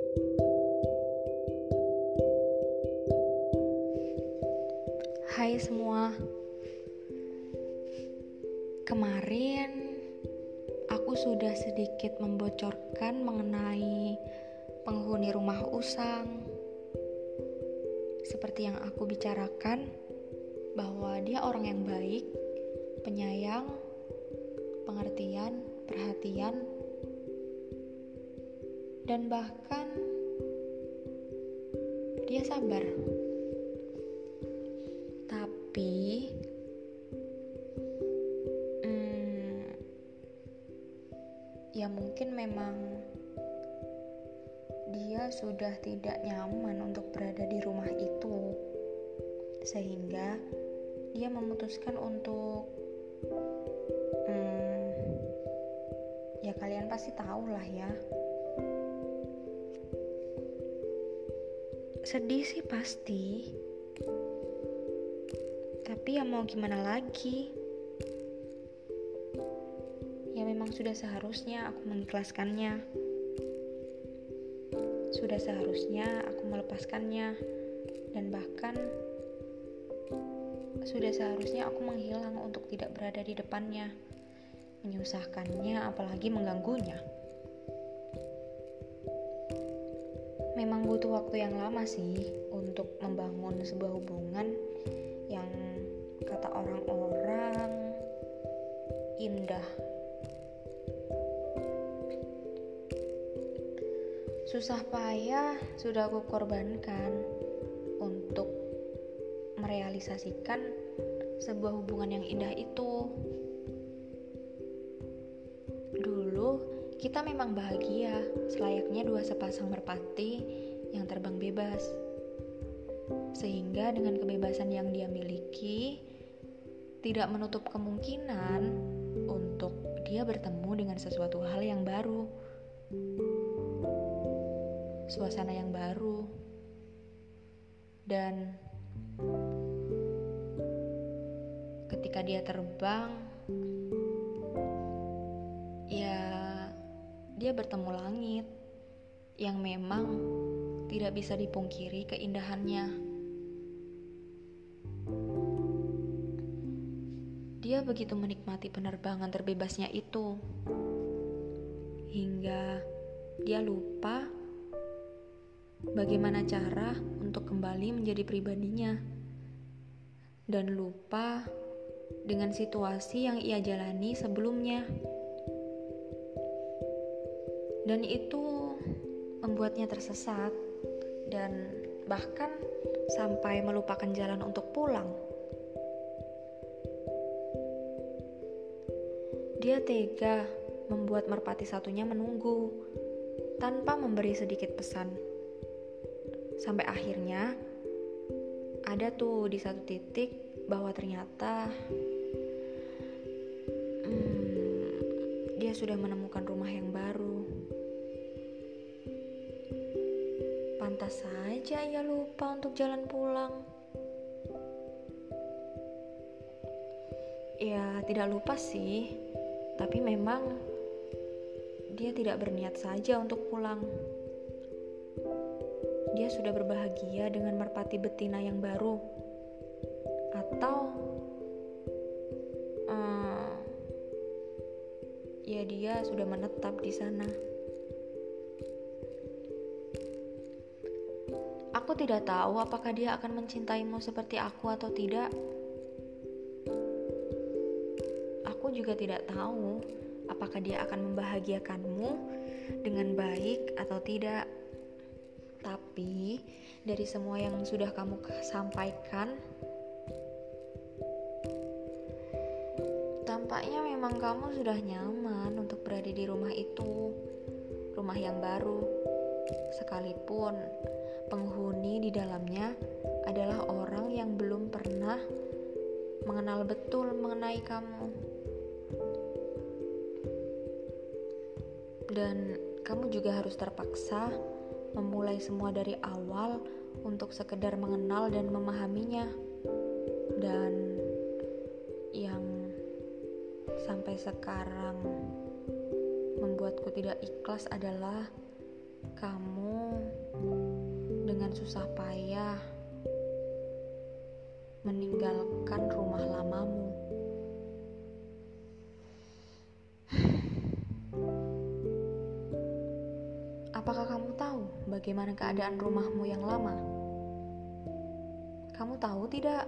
Hai semua, kemarin aku sudah sedikit membocorkan mengenai penghuni rumah usang. Seperti yang aku bicarakan, bahwa dia orang yang baik, penyayang, pengertian, perhatian, dan bahkan dia sabar. Tapi ya mungkin memang dia sudah tidak nyaman untuk berada di rumah itu, sehingga dia memutuskan untuk ya kalian pasti tahu lah ya. Sedih sih pasti, tapi ya mau gimana lagi. Ya memang sudah seharusnya aku mengikhlaskannya. Sudah seharusnya aku melepaskannya. Dan bahkan sudah seharusnya aku menghilang untuk tidak berada di depannya, menyusahkannya, apalagi mengganggunya. Memang butuh waktu yang lama sih untuk membangun sebuah hubungan yang kata orang-orang indah. Susah payah sudah aku korbankan untuk merealisasikan sebuah hubungan yang indah itu. Dulu kita memang bahagia, selayaknya dua sepasang merpati yang terbang bebas. Sehingga dengan kebebasan yang dia miliki, tidak menutup kemungkinan untuk dia bertemu dengan sesuatu hal yang baru, suasana yang baru, dan ketika dia terbang, ya dia bertemu langit yang memang tidak bisa dipungkiri keindahannya. Dia begitu menikmati penerbangan terbebasnya itu, hingga dia lupa bagaimana cara untuk kembali menjadi pribadinya, dan lupa dengan situasi yang ia jalani sebelumnya. Dan itu membuatnya tersesat dan bahkan sampai melupakan jalan untuk pulang. Dia tega membuat merpati satunya menunggu tanpa memberi sedikit pesan. Sampai akhirnya ada tuh di satu titik bahwa ternyata dia sudah menemukan rumah yang baru. Pantas saja ia lupa untuk jalan pulang. Ya tidak lupa sih, tapi memang dia tidak berniat saja untuk pulang. Dia sudah berbahagia dengan merpati betina yang baru, atau ya dia sudah menetap di sana. Aku tidak tahu apakah dia akan mencintaimu seperti aku atau tidak. Aku juga tidak tahu apakah dia akan membahagiakanmu dengan baik atau tidak. Tapi dari semua yang sudah kamu sampaikan, tampaknya memang kamu sudah nyaman untuk berada di rumah itu, rumah yang baru, sekalipun penghuni di dalamnya adalah orang yang belum pernah mengenal betul mengenai kamu. Dan kamu juga harus terpaksa memulai semua dari awal untuk sekedar mengenal dan memahaminya. Dan yang sampai sekarang membuatku tidak ikhlas adalah kamu dengan susah payah meninggalkan rumah lamamu. Apakah kamu tahu bagaimana keadaan rumahmu yang lama? Kamu tahu tidak?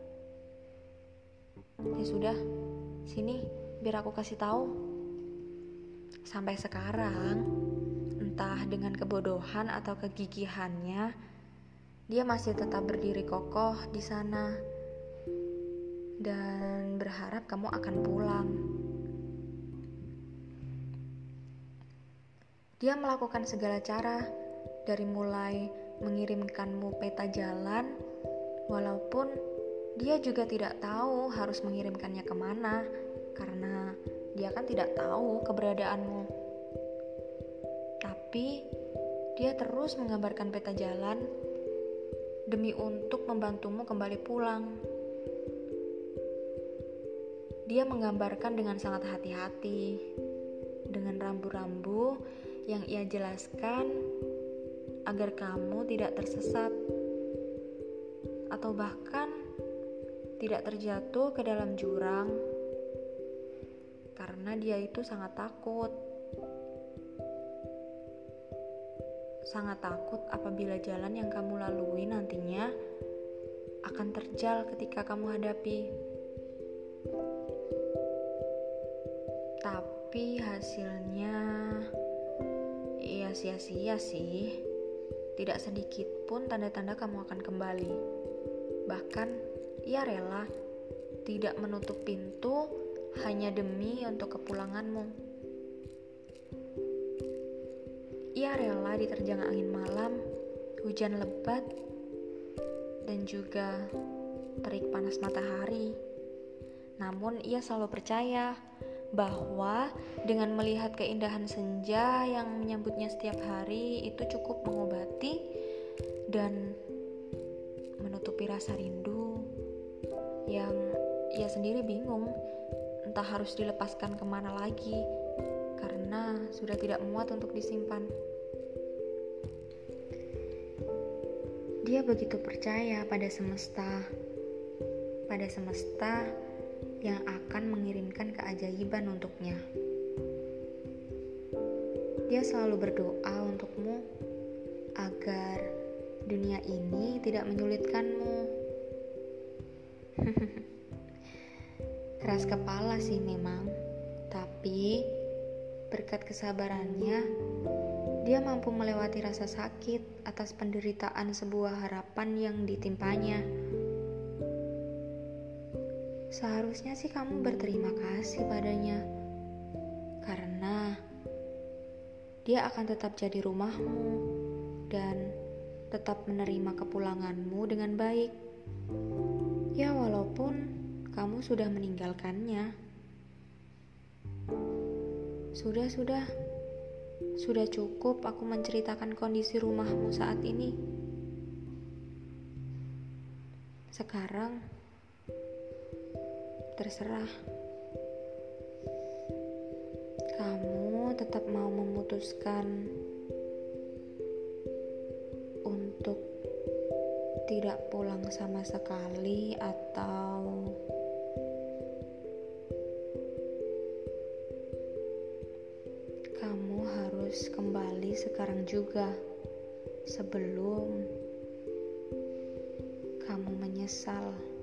Ya sudah, sini biar aku kasih tahu. Sampai sekarang, entah dengan kebodohan atau kegigihannya, dia masih tetap berdiri kokoh di sana dan berharap kamu akan pulang. Dia melakukan segala cara, dari mulai mengirimkanmu peta jalan, walaupun dia juga tidak tahu harus mengirimkannya kemana, karena dia kan tidak tahu keberadaanmu. Tapi dia terus menggambarkan peta jalan demi untuk membantumu kembali pulang. Dia menggambarkan dengan sangat hati-hati, dengan rambu-rambu yang ia jelaskan agar kamu tidak tersesat atau bahkan tidak terjatuh ke dalam jurang, karena dia itu sangat takut. Sangat takut apabila jalan yang kamu lalui nantinya akan terjal ketika kamu hadapi. Tapi hasilnya ya sia-sia sih. Tidak sedikit pun tanda-tanda kamu akan kembali. Bahkan ia rela tidak menutup pintu hanya demi untuk kepulanganmu. Ia rela diterjang angin malam, hujan lebat, dan juga terik panas matahari. Namun ia selalu percaya bahwa dengan melihat keindahan senja yang menyambutnya setiap hari itu cukup mengobati dan menutupi rasa rindu yang ia sendiri bingung entah harus dilepaskan kemana lagi, karena sudah tidak muat untuk disimpan. Dia begitu percaya pada semesta yang akan mengirimkan keajaiban untuknya. Dia selalu berdoa untukmu agar dunia ini tidak menyulitkanmu. Keras kepala sih memang, tapi berkat kesabarannya, dia mampu melewati rasa sakit atas penderitaan sebuah harapan yang ditimpanya. Seharusnya sih kamu berterima kasih padanya, karena dia akan tetap jadi rumahmu dan tetap menerima kepulanganmu dengan baik. Ya walaupun kamu sudah meninggalkannya. Sudah cukup aku menceritakan kondisi rumahmu saat ini. Sekarang terserah. Kamu tetap mau memutuskan untuk tidak pulang sama sekali atau kamu harus kembali sekarang juga sebelum kamu menyesal.